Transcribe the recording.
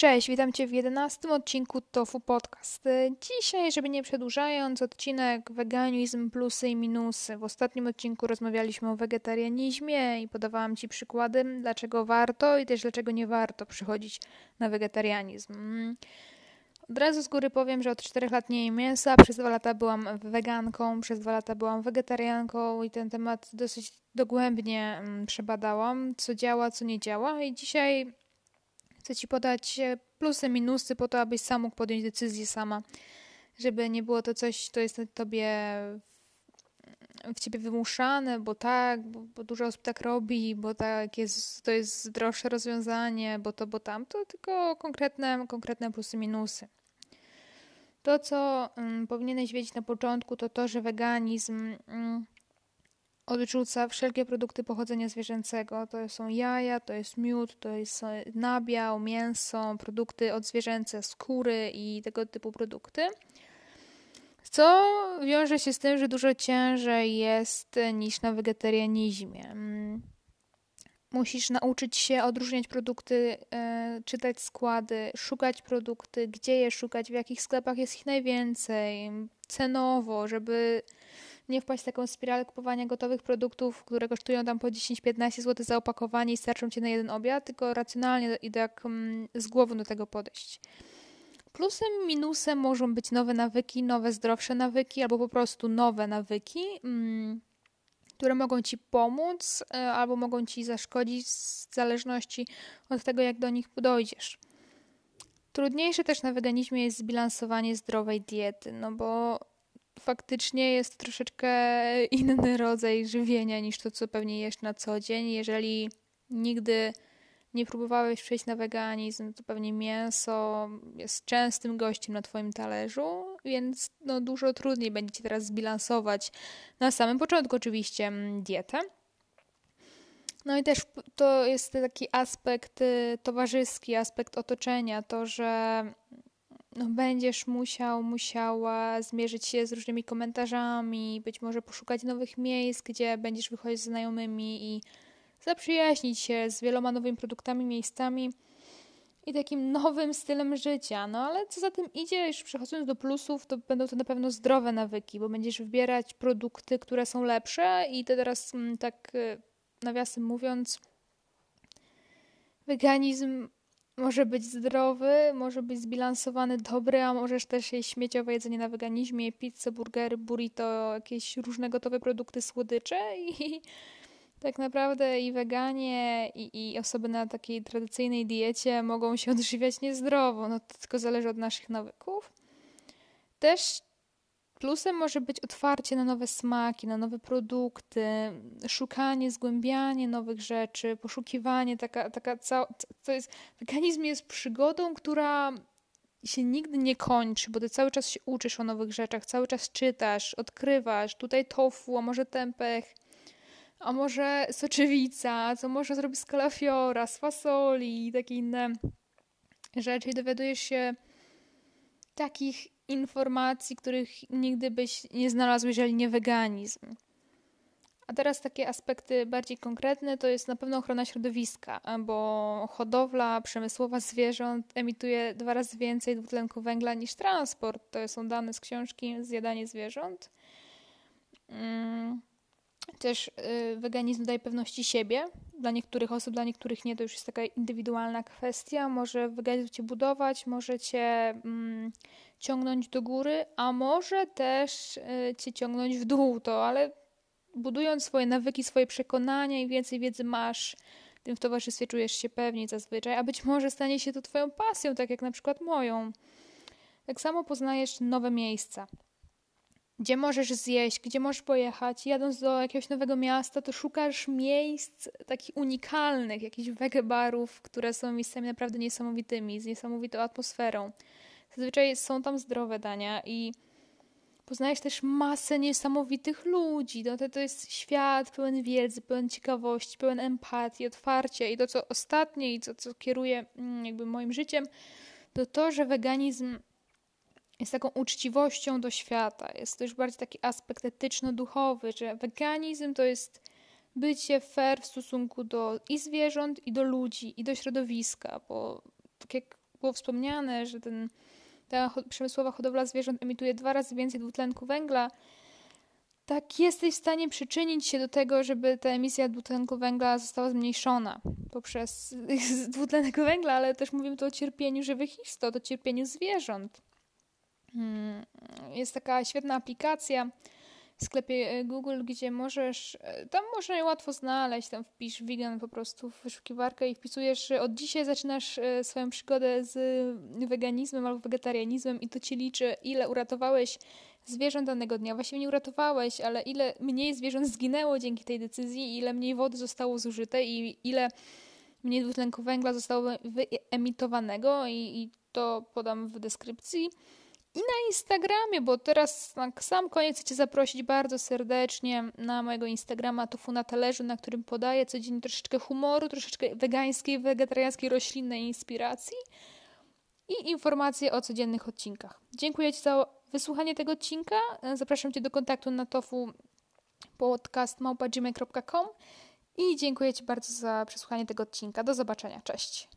Cześć, witam Cię w 11 odcinku Tofu Podcast. Dzisiaj, żeby nie przedłużając, odcinek weganizm, plusy i minusy. W ostatnim odcinku rozmawialiśmy o wegetarianizmie i podawałam Ci przykłady, dlaczego warto i też dlaczego nie warto przychodzić na wegetarianizm. Od razu z góry powiem, że od 4 lat nie jem mięsa, przez 2 lata byłam weganką, przez 2 lata byłam wegetarianką i ten temat dosyć dogłębnie przebadałam, co działa, co nie działa i dzisiaj chcę Ci podać plusy, minusy po to, abyś sam mógł podjąć decyzję sama, żeby nie było to coś, co jest w Ciebie wymuszane, bo tak, bo dużo osób tak robi, bo tak jest, to jest zdrowsze rozwiązanie, bo tamto, tylko konkretne plusy, minusy. To, co powinieneś wiedzieć na początku, to to, że weganizm odrzuca wszelkie produkty pochodzenia zwierzęcego. To są jaja, to jest miód, to jest nabiał, mięso, produkty odzwierzęce, skóry i tego typu produkty. Co wiąże się z tym, że dużo ciężej jest niż na wegetarianizmie. Musisz nauczyć się odróżniać produkty, czytać składy, szukać produkty, gdzie je szukać, w jakich sklepach jest ich najwięcej, cenowo, żeby nie wpaść w taką spiralę kupowania gotowych produktów, które kosztują tam po 10-15 zł za opakowanie i starczą Cię na jeden obiad, tylko racjonalnie i tak z głową do tego podejść. Plusem, minusem mogą być nowe nawyki, nowe, zdrowsze nawyki, albo po prostu nowe nawyki, które mogą Ci pomóc, albo mogą Ci zaszkodzić w zależności od tego, jak do nich dojdziesz. Trudniejsze też na weganizmie jest zbilansowanie zdrowej diety, no bo faktycznie jest troszeczkę inny rodzaj żywienia niż to, co pewnie jesz na co dzień. Jeżeli nigdy nie próbowałeś przejść na weganizm, to pewnie mięso jest częstym gościem na Twoim talerzu, więc dużo trudniej będzie Ci teraz zbilansować na samym początku oczywiście dietę. No i też to jest taki aspekt towarzyski, aspekt otoczenia, to, że będziesz musiała zmierzyć się z różnymi komentarzami, być może poszukać nowych miejsc, gdzie będziesz wychodzić z znajomymi i zaprzyjaźnić się z wieloma nowymi produktami, miejscami i takim nowym stylem życia. No ale co za tym idzie, już przechodząc do plusów, to będą to na pewno zdrowe nawyki, bo będziesz wybierać produkty, które są lepsze i to teraz tak nawiasem mówiąc, weganizm może być zdrowy, może być zbilansowany, dobry, a możesz też jeść śmieciowe jedzenie na weganizmie, pizzę, burgery, burrito, jakieś różne gotowe produkty, słodycze i tak naprawdę i weganie, i osoby na takiej tradycyjnej diecie mogą się odżywiać niezdrowo. No to tylko zależy od naszych nawyków. Też plusem może być otwarcie na nowe smaki, na nowe produkty, szukanie, zgłębianie nowych rzeczy, poszukiwanie, weganizm jest przygodą, która się nigdy nie kończy, bo ty cały czas się uczysz o nowych rzeczach, cały czas czytasz, odkrywasz, tutaj tofu, a może tempeh, a może soczewica, co można zrobić z kalafiora, z fasoli i takie inne rzeczy i dowiadujesz się takich informacji, których nigdy byś nie znalazł, jeżeli nie weganizm. A teraz takie aspekty bardziej konkretne to jest na pewno ochrona środowiska, bo hodowla przemysłowa zwierząt emituje 2 razy więcej dwutlenku węgla niż transport. To są dane z książki Zjadanie zwierząt. Też weganizm daje pewności siebie. Dla niektórych osób, dla niektórych nie. To już jest taka indywidualna kwestia. Może weganizm Cię budować, może Cię ciągnąć do góry, a może też Cię ciągnąć w dół. Ale budując swoje nawyki, swoje przekonania i więcej wiedzy masz, tym w towarzystwie czujesz się pewniej zazwyczaj, a być może stanie się to Twoją pasją, tak jak na przykład moją. Tak samo poznajesz nowe miejsca. Gdzie możesz zjeść, gdzie możesz pojechać. Jadąc do jakiegoś nowego miasta, to szukasz miejsc takich unikalnych, jakichś wegebarów, które są miejscami naprawdę niesamowitymi, z niesamowitą atmosferą. Zazwyczaj są tam zdrowe dania i poznajesz też masę niesamowitych ludzi. To jest świat pełen wiedzy, pełen ciekawości, pełen empatii, otwarcia. I to, co ostatnie i co kieruje jakby moim życiem, to, że weganizm jest taką uczciwością do świata. Jest to już bardziej taki aspekt etyczno-duchowy, że weganizm to jest bycie fair w stosunku do i zwierząt, i do ludzi, i do środowiska, bo tak jak było wspomniane, że ta przemysłowa hodowla zwierząt emituje 2 razy więcej dwutlenku węgla, tak jesteś w stanie przyczynić się do tego, żeby ta emisja dwutlenku węgla została zmniejszona poprzez dwutlenek węgla, ale też mówimy tu o cierpieniu żywych istot, o cierpieniu zwierząt. Jest taka świetna aplikacja w sklepie Google, gdzie tam można je łatwo znaleźć, tam wpisz vegan po prostu w wyszukiwarkę i wpisujesz, że od dzisiaj zaczynasz swoją przygodę z weganizmem albo wegetarianizmem i to ci liczy, ile uratowałeś zwierząt danego dnia. Właściwie nie uratowałeś, ale ile mniej zwierząt zginęło dzięki tej decyzji, ile mniej wody zostało zużyte i ile mniej dwutlenku węgla zostało wyemitowanego i to podam w deskrypcji. I na Instagramie, bo teraz na sam koniec chcę Cię zaprosić bardzo serdecznie na mojego Instagrama Tofu na talerzu, na którym podaję codziennie troszeczkę humoru, troszeczkę wegańskiej, wegetariańskiej, roślinnej inspiracji i informacje o codziennych odcinkach. Dziękuję Ci za wysłuchanie tego odcinka. Zapraszam Cię do kontaktu na tofupodcast@gmail.com i dziękuję Ci bardzo za przesłuchanie tego odcinka. Do zobaczenia. Cześć.